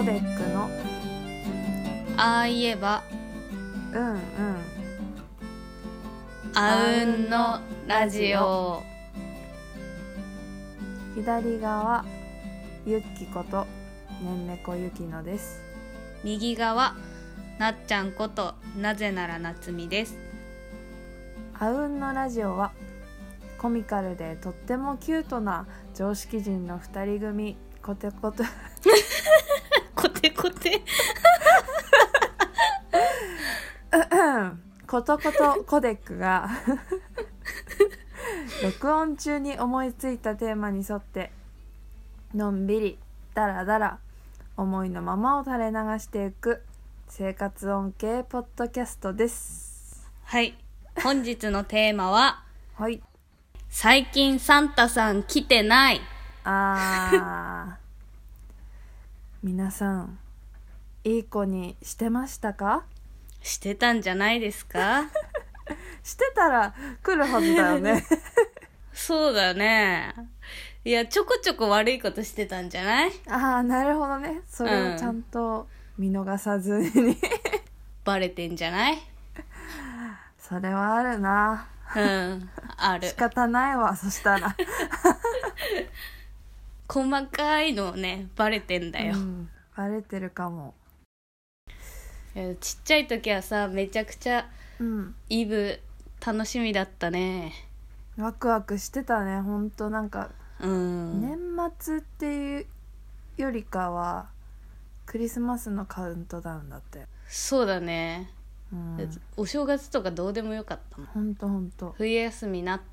デックのああ言えばうんあうんのラジオ。 左側ゆっきことねんねこゆきのです。 右側なっちゃんことなぜならなつみです。 あうんのラジオはコミカルでとってもキュートな常識人の2人組コテコテコテコテコトコトコデックが録音中に思いついたテーマに沿ってのんびりだらだら思いのままを垂れ流していく生活音系ポッドキャストです。 はい、本日のテーマははい。 最近サンタさん来てない。 皆さんいい子にしてましたか？ してたんじゃないですか？ してたら来るはずだよね。 そうだね。いや、ちょこちょこ悪いことしてたんじゃない？ なるほどね。それをちゃんと見逃さずにバレてんじゃない？ それはあるな。 ある。 仕方ないわ。そしたら細かいのね、バレてんだよ。 バレてるかも。 ちっちゃい時はさ、めちゃくちゃイブ楽しみだったね。 ワクワクしてたね。ほんとなんか、年末っていうよりかはクリスマスのカウントダウンだったよ。 そうだね、お正月とかどうでもよかったもん。 ほんと冬休みになって、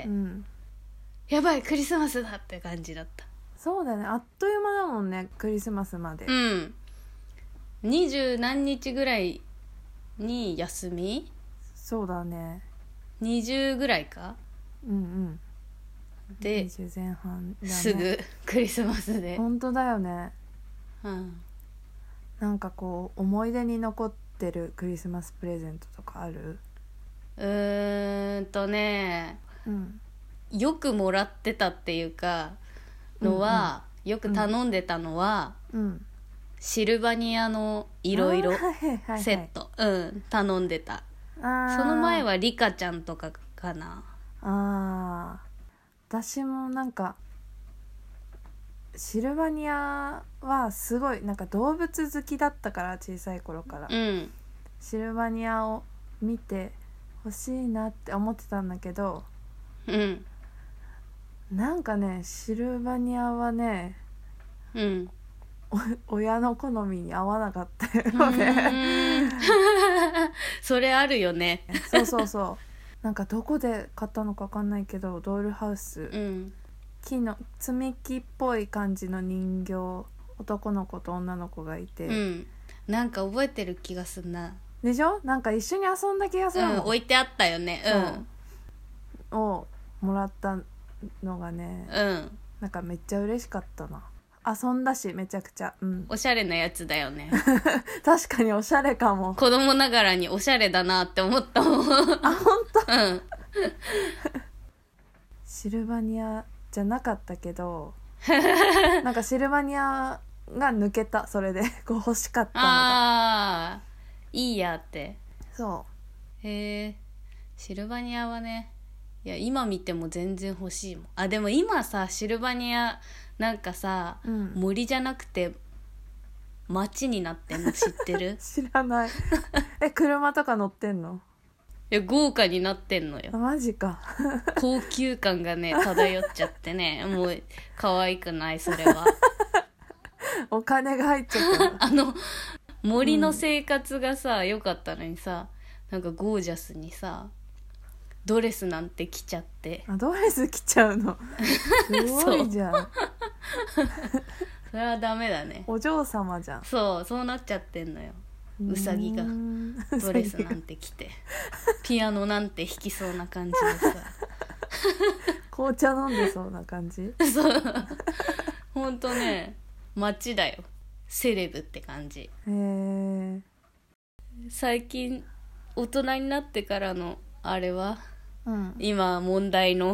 やばいクリスマスだって感じだった。 そうだね、あっという間だもんね、クリスマスまで。 20何日ぐらいに休み？ そうだね、 20ぐらいか。で 20前半だね。 すぐクリスマスで。 本当だよね。なんかこう思い出に残ってるクリスマスプレゼントとかある？ よくもらってたっていうかのは、よく頼んでたのは、シルバニアのいろいろセット、頼んでた。その前はリカちゃんとかかな。 私もなんかシルバニアはすごいなんか動物好きだったから、小さい頃から、シルバニアを見て欲しいなって思ってたんだけど、なんかね、シルバニアはね、親の好みに合わなかったよね。 それあるよね。 そうなんかどこで買ったのか分かんないけど、ドールハウス、木の積み木っぽい感じの人形、男の子と女の子がいて、 なんか覚えてる気がすんな。 でしょ？なんか一緒に遊んだ気がするもん。 置いてあったよね。 をもらったのがね、なんかめっちゃ嬉しかったな。遊んだしめちゃくちゃ、 おしゃれなやつだよね。 確かにおしゃれかも。 子供ながらにおしゃれだなって思ったもん。 本当？シルバニアじゃなかったけどなんかシルバニアが抜けた。それでこう欲しかったのがいいやって。 そう。 シルバニアはね、いや今見ても全然欲しいもん。でも今さ、シルバニアなんかさ、森じゃなくて街になってんの知ってる？ 知らない。車とか乗ってんの？ いや豪華になってんのよ。 マジか。 高級感がね漂っちゃってね、もう可愛くない？それはお金が入っちゃった森の生活がさ、良かったのにさ、なんかゴージャスにさドレスなんて着ちゃって。 ドレス着ちゃうの？すごいじゃん。 それはダメだね。 お嬢様じゃん。 そうなっちゃってんのよ。うさぎがドレスなんて着てピアノなんて弾きそうな感じでさ紅茶飲んでそうな感じ。 そうほんとね、街だよ。セレブって感じ。最近大人になってからのあれは、今問題の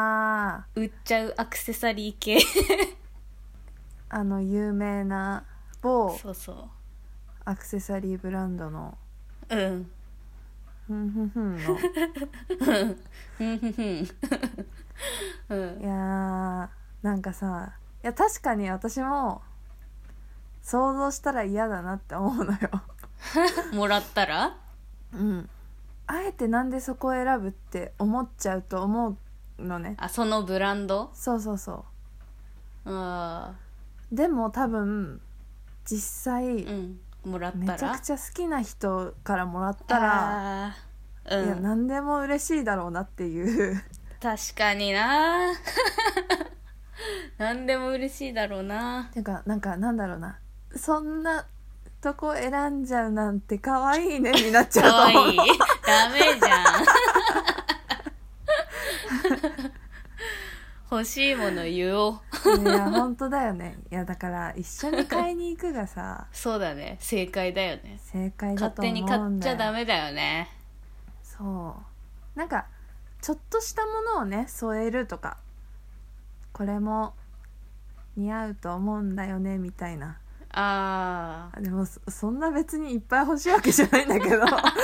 売っちゃうアクセサリー系有名な某そうそうアクセサリーブランドのうんふんふんふんのいやなんかさ、いや確かに私も想像したら嫌だなって思うのよもらったらうんあえてなんでそこを選ぶって思っちゃうと思うのね。 そのブランドそうそうそあう。でも多分実際、 もらったらめちゃくちゃ好きな人からもらったら、いや何でも嬉しいだろうなっていう確かにな何でも嬉しいだろうな。 てかなんだろうな、そんなとこ選んじゃうなんて可愛いねになっちゃうと思う。 可愛いダメじゃん欲しいもの言おういや本当だよね。いやだから一緒に買いに行くがさそうだね、正解だよね。 正解だと思うんだよ。 勝手に買っちゃダメだよね。 そうなんかちょっとしたものをね添えるとか、これも似合うと思うんだよねみたいな。でもそんな別にいっぱい欲しいわけじゃないんだけど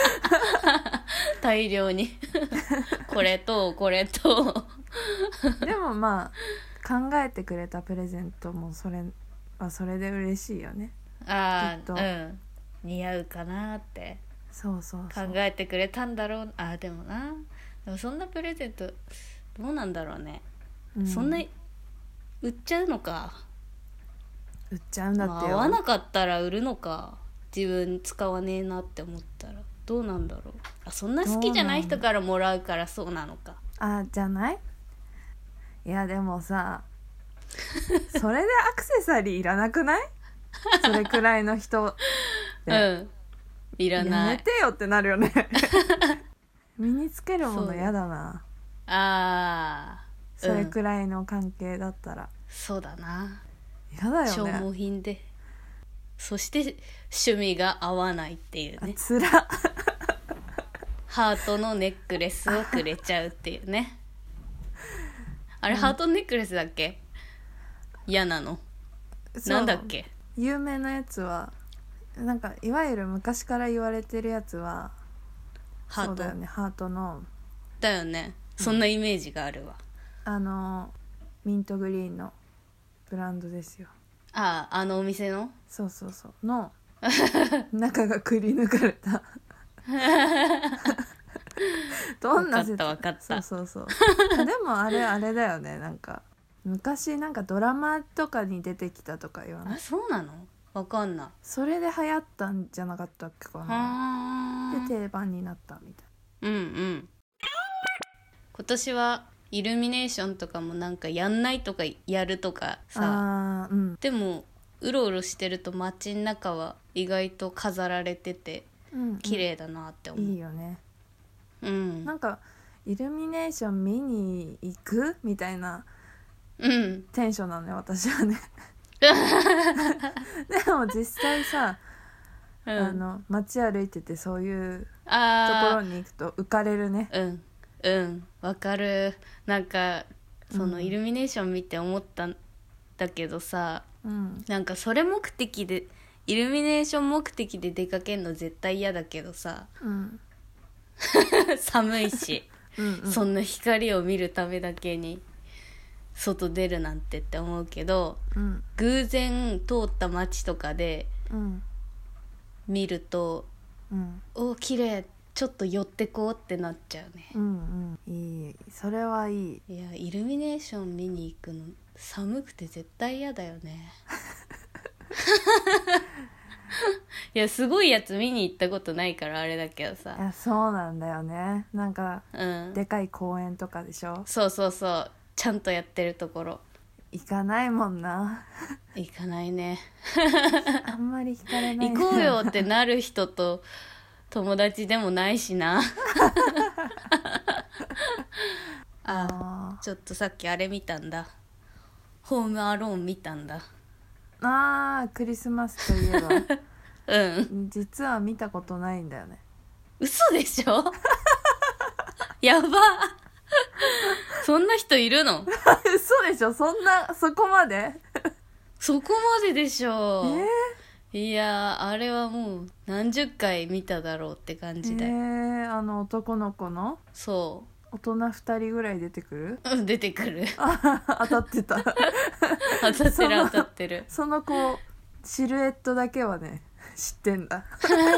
大量にこれとこれとでもまあ考えてくれたプレゼントもそれはそれで嬉しいよね。きっと似合うかなってそう考えてくれたんだろう。でもそんなプレゼントどうなんだろうね、そんな売っちゃうのか。 売っちゃうんだってよ。 合わなかったら売るのか。自分使わねえなって思ったらどうなんだろう。そんな好きじゃない人からもらうからそうなのか。 じゃない。いやでもさそれでアクセサリーいらなくない？それくらいの人いらない。 やめてよってなるよね身につけるものやだな。それくらいの関係だったら、 そうだな。 やだよね。 消耗品で、そして趣味が合わないっていうね。 つらハートのネックレスをくれちゃうっていうねハートネックレスだっけ？嫌なのなんだっけ？ 有名なやつはなんかいわゆる昔から言われてるやつはハートそうだよね、ハートのだよね。そんなイメージがあるわ。 ミントグリーンのブランドですよ。 お店のそうの中がくり抜かれたどんな分かった。 そうでもあれだよね。なんか昔なんかドラマとかに出てきたとか言わない？ そうなの？わかんない。 それで流行ったんじゃなかったっけかな。で定番になったみたい。 今年はイルミネーションとかもなんかやんないとかやるとかさ、でもうろうろしてると街の中は意外と飾られてて綺麗だなって思う。 いいよね。なんかイルミネーション見に行くみたいなテンションなのよ私はねでも実際さ、街歩いててそういうところに行くと浮かれるね。 わかる。なんかそのイルミネーション見て思ったんだけどさ、なんかそれ目的でイルミネーション目的で出かけるの絶対嫌だけどさ、寒いしそんな光を見るためだけに外出るなんてって思うけど、偶然通った街とかで見ると、お綺麗、ちょっと寄ってこうってなっちゃうね。いい、それはいい。いやイルミネーション見に行くの寒くて絶対嫌だよねいやすごいやつ見に行ったことないからあれだけどさ。 いやそうなんだよね。なんか、でかい公園とかでしょ。 そうちゃんとやってるところ行かないもんな行かないねあんまり惹かれない。 行こうよってなる人と友達でもないしなちょっとさっきあれ見たんだ。ホームアローン見たんだ。 クリスマスといえば実は見たことないんだよね。 嘘でしょやばそんな人いるの嘘でしょ。そこまでそこまででしょ。 いやあれはもう何十回見ただろうって感じだよ。 男の子のそ大人2人ぐらい出てくるう出てくる当たってた当たってるその子シルエットだけはね知ってんだ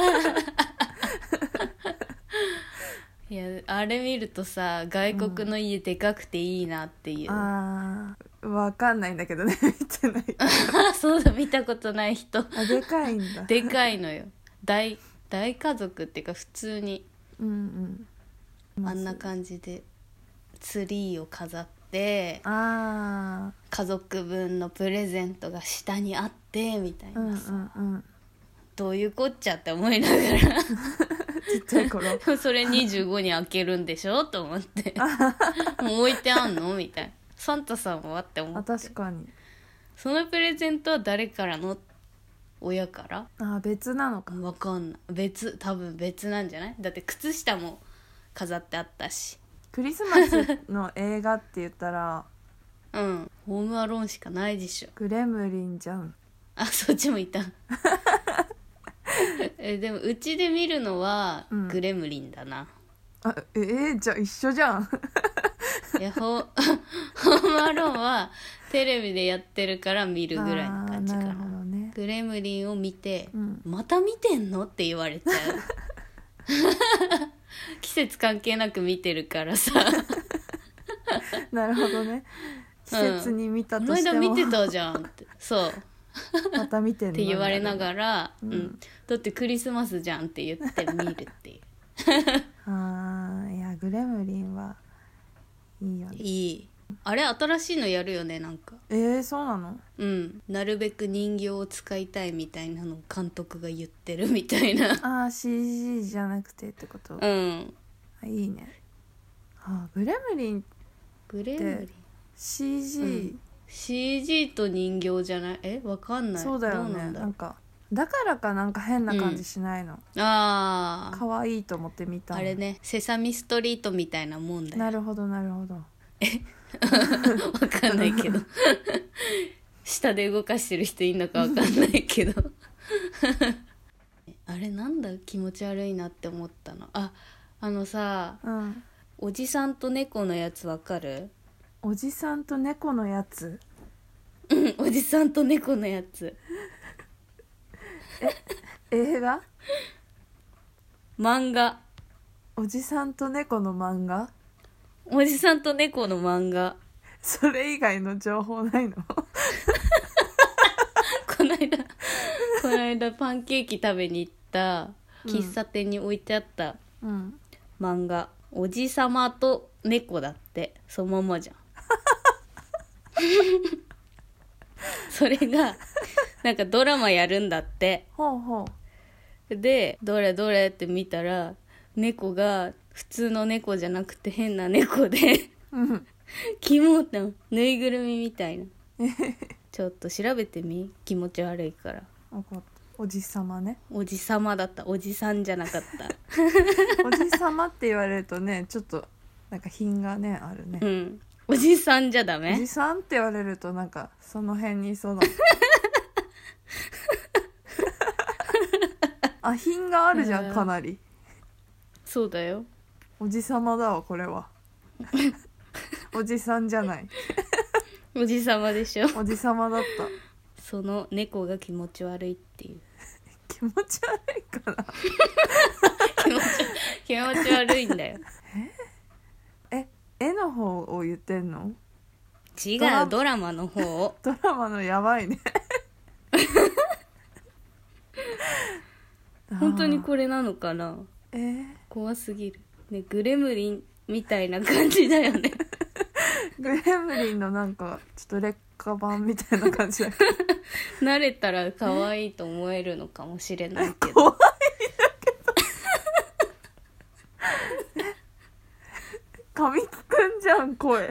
いやあれ見るとさ外国の家でかくていいなっていう、 わかんないんだけどね見てないそうだ見たことない人でかいんだでかいのよ。大家族っていうか普通に、あんな感じでツリーを飾って家族分のプレゼントが下にあってみたいなさ、どういうこっちゃって思いながらちっちゃい頃それ25に開けるんでしょと思ってもう置いてあんのみたいな。サンタさんはって思って。 確かにそのプレゼントは誰からの？親から？ 別なのか。 わかんない。多分別なんじゃない？だって靴下も飾ってあったし。 クリスマスの映画って言ったらホームアローンしかないでしょ。 グレムリンじゃん。 そっちもいたでもうちで見るのはグレムリンだな、 じゃあ一緒じゃんいやホームアローンはテレビでやってるから見るぐらいの感じか な、ね、グレムリンを見て、また見てんのって言われちゃう季節関係なく見てるからさなるほどね。季節に見たとしても、 この間見てたじゃんってそうまた見てんのって言われながら、だってクリスマスじゃんって言って見るっていういやグレムリンはいいよね。 いい。あれ新しいのやるよねなんか。 そうなの？ なるべく人形を使いたいみたいなのを監督が言ってるみたいな CG じゃなくてってこと？いいね。グレムリンって CG と人形じゃない？わかんない。 そうだよね。なんかだからかなんか変な感じしないの？可愛いと思って見た。 あれね、セサミストリートみたいなもんだよ。 なるほどなるほど。 わかんないけど下で動かしてる人いんのかわかんないけどあれなんだ気持ち悪いなって思ったの。さ、おじさんと猫のやつわかる？ おじさんと猫のやつ？ おじさんと猫のやつ映画？ 漫画。 おじさんと猫の漫画？ おじさんと猫の漫画。 それ以外の情報ないの？ この間パンケーキ食べに行った喫茶店に置いてあった漫画、おじさまと猫だって。そのままじゃんそれがなんかドラマやるんだって。でどれどれって見たら猫が普通の猫じゃなくて変な猫でキモってぬいぐるみみたいなちょっと調べてみ、気持ち悪いから。 おじさまね。 おじさまだった、おじさんじゃなかったおじさまって言われるとねちょっとなんか品がねあるね。 おじさんじゃダメ？ おじさんって言われるとなんかその辺にそうだ品があるじゃん、かなり。 そうだよ。 おじさまだわこれはおじさんじゃないおじさまでしょ。 おじさまだった。 その猫が気持ち悪いっていう気持ち悪いかな気持ち悪いんだよ絵の方を言ってんの？ 違う、ドラマの方をドラマのやばいね本当にこれなのかな。怖すぎるね。グレムリンみたいな感じだよねグレムリンのなんかちょっと劣化版みたいな感じだけど慣れたら可愛いと思えるのかもしれないけど怖いんだけど神木くんじゃん声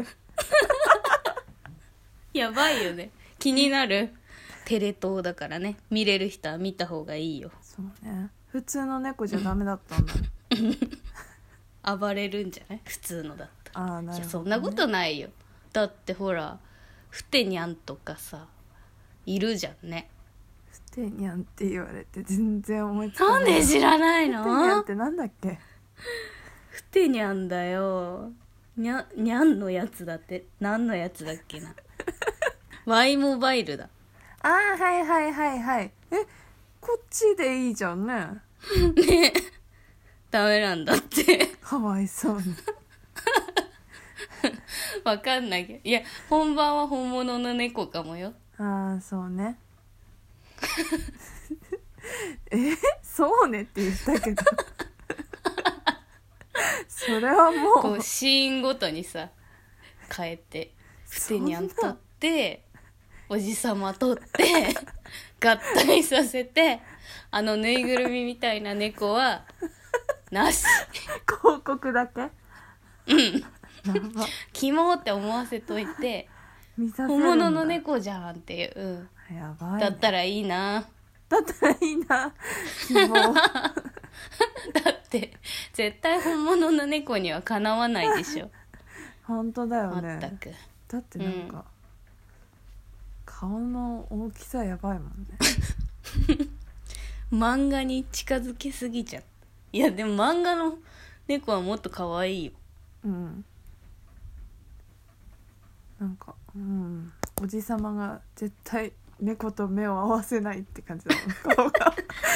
やばいよね。気になる。テレ東だからね、見れる人は見た方がいいよ。 そうね、普通の猫じゃダメだったんだ暴れるんじゃない？普通のだったら。 なるほどね。 いやそんなことないよ。だってほらフテニャンとかさいるじゃんね。 ふてにゃんって言われて全然思いつかない。 なんで知らないふてにゃんの？ ってなんだっけ？ ふてにゃんだよ。にゃんのやつだって。何のやつだっけな。Y モバイルだ。 あーはいはいはいはい。こっちでいいじゃんね。 ね、ダメなんだってかわいそうに。 わかんないけど、いや本番は本物の猫かもよ。 ああそうね。そうねって言ったけどそれはもうこうシーンごとにさ変えて、ふてにゃん取っておじさま取って合体させて、あのぬいぐるみみたいな猫はなし。 広告だけ。やば。 キモって思わせといて見させるんだ。 本物の猫じゃんっていう、 やばい、ね、 だったらいいな。 だったらいいな。希望だって絶対本物の猫にはかなわないでしょ。 本当だよまね。 ったく。 だってなんか、顔の大きさやばいもんね。 漫画に近づけすぎちゃった。いやでも漫画の猫はもっと可愛いよ。 なんかおじさまが絶対猫と目を合わせないって感じだもん顔が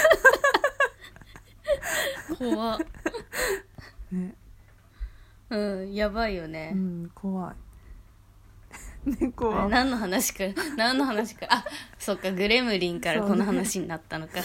怖っね。 やばいよね。 怖い猫は何の話かあ、そっか、グレムリンからこの話になったのか、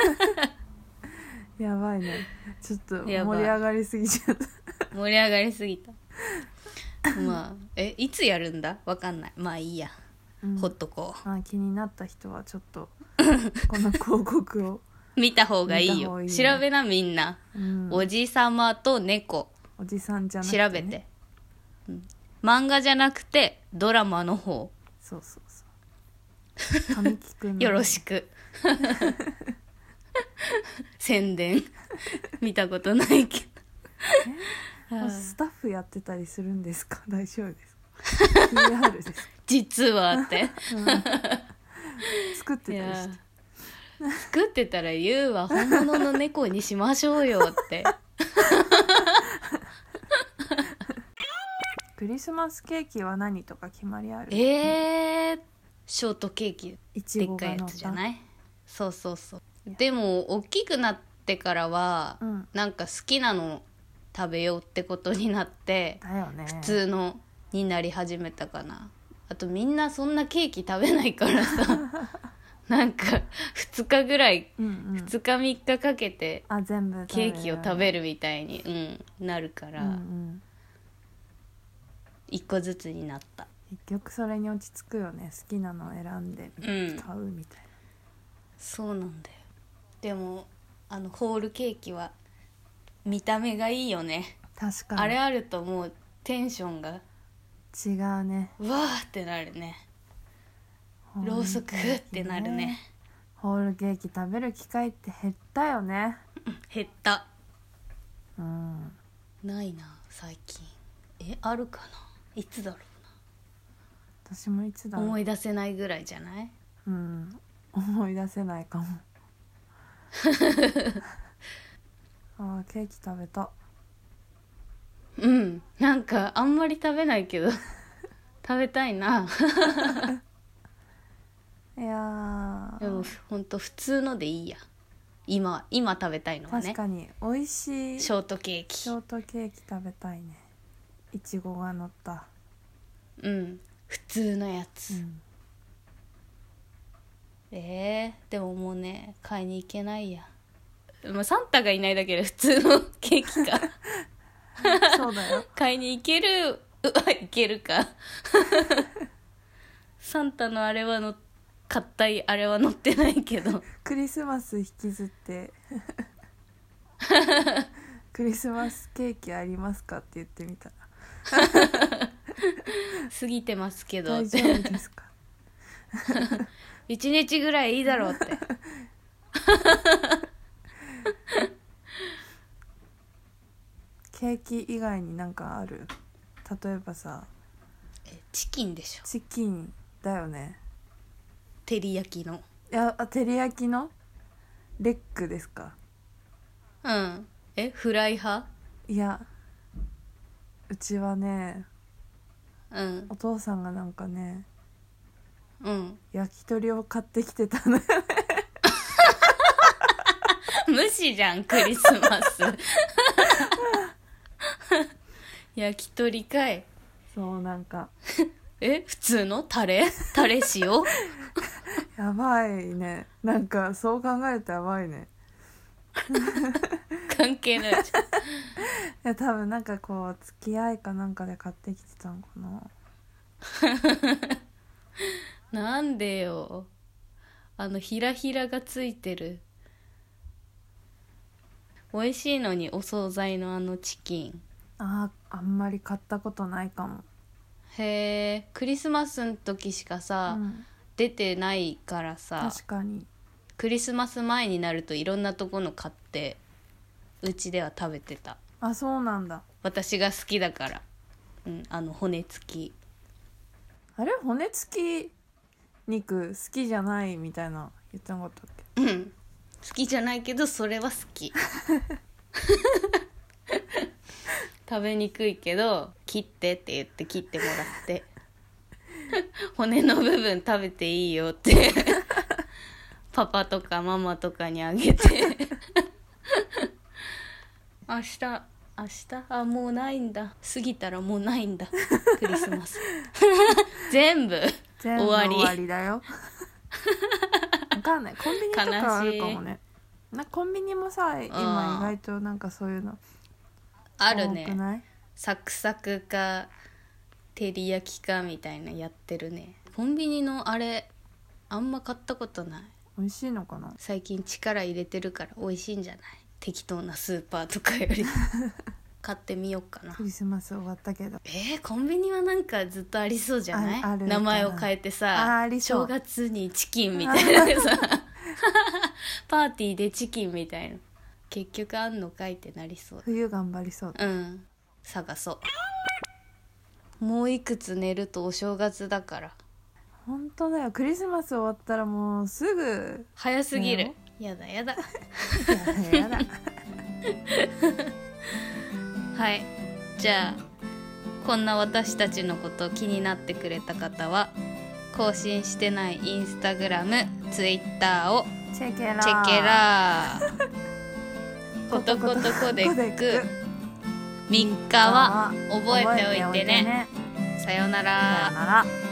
やばいね。ちょっと盛り上がりすぎちゃった盛り上がりすぎた。まあいつやるんだわかんない。まあいいや、ほっとこう。 気になった人はちょっとこの広告を見た方がいいよ。 ね、 調べなみんな、おじさまと猫おじさんじゃなくて、ね、 調べて、漫画じゃなくてドラマの方。 そう神木くんよろしく宣伝見たことないけどスタッフやってたりするんですか？大丈夫ですか？ PR ですか？ 実はって、 作ってたりして。 作ってたら言うわ、本物の猫にしましょうよってクリスマスケーキは何とか決まりある？ ショートケーキいちでっごが乗ったかいやつじゃない？そうでも大きくなってからは、なんか好きなの食べようってことになって、 だよね、 普通のになり始めたかな。あとみんなそんなケーキ食べないからさなんか2日ぐらい、2日3日かけて全部ケーキを食べるみたいに、なるから、1個ずつになった。 結局それに落ち着くよね。好きなのを選んで買うみたいな、 そうなんだよ。でもホールケーキは見た目がいいよね。 確かにあれあるともうテンションが違うね。 わーってなるね。ろうそくってなるね。 ホールケーキ食べる機会って減ったよね。 減った。ないな最近。あるかな。いつだろうな。私もいつだろう。 思い出せないぐらいじゃない？ 思い出せないかもケーキ食べた。 なんかあんまり食べないけど食べたいないやでもほんと普通のでいいや。今食べたいのはね。 確かに美味しいショートケーキ。 ショートケーキ食べたいね。いちごが乗った。 普通のやつ。でももうね買いに行けないや。サンタがいないだけで普通のケーキかそうだよ。 買いに行けるいけるかサンタのあれは買ったあれは乗ってないけどクリスマス引きずってクリスマスケーキありますかって言ってみたら過ぎてますけど大丈夫ですか 1日ぐらいいいだろうってケーキ以外になんかある？例えばさ、 チキンでしょ。 チキンだよね。 照り焼きのいや、照り焼きのレッグですか？ うん。フライ派？ いや、うちはね、 うん。 お父さんがなんかね、 うん。 焼き鳥を買ってきてたのよね。 無視じゃん、クリスマス。焼き鳥かい。 そう、なんか普通のタレ塩？ やばいね。なんかそう考えるとやばいね。 関係ないじゃん。 いや、多分なんかこう付き合いかなんかで買ってきてたのかな。 なんでよ。ひらひらがついてる。美味しいのに、お惣菜のチキン。 あんまり買ったことないかも。 へえ、クリスマスの時しかさ、出てないからさ。 確かに。 クリスマス前になるといろんなとこの買ってうちでは食べてた。 あ、そうなんだ。 私が好きだから。骨付き。 あれ、骨付き肉好きじゃないみたいな言ってなかったっけ？ 好きじゃないけどそれは好き。食べにくいけど切ってって言って切ってもらって骨の部分食べていいよってパパとかママとかにあげて明日もうないんだ。過ぎたらもうないんだ。クリスマス全部終わりだよ。分かんない、コンビニとかはあるかもね。コンビニもさ、今意外となんかそういうのあるね。 多くない？ サクサクか照り焼きかみたいなやってるね。コンビニのあれあんま買ったことない。 美味しいのかな？ 最近力入れてるから美味しいんじゃない？適当なスーパーとかより買ってみようかな。 クリスマス終わったけど、 コンビニはなんかずっとありそうじゃない？ ある名前を変えてさ、正月にチキンみたいなさパーティーでチキンみたいな、結局あんのかいってなりそう。 冬頑張りそう。 探そう。もういくつ寝るとお正月だから。 本当だよ、クリスマス終わったらもうすぐ。 早すぎる。やだやだやだはい、じゃあこんな私たちのこと気になってくれた方は、更新してないインスタグラム、ツイッターをチェケラーコトコトコデック3日は覚えておいてね。さようなら。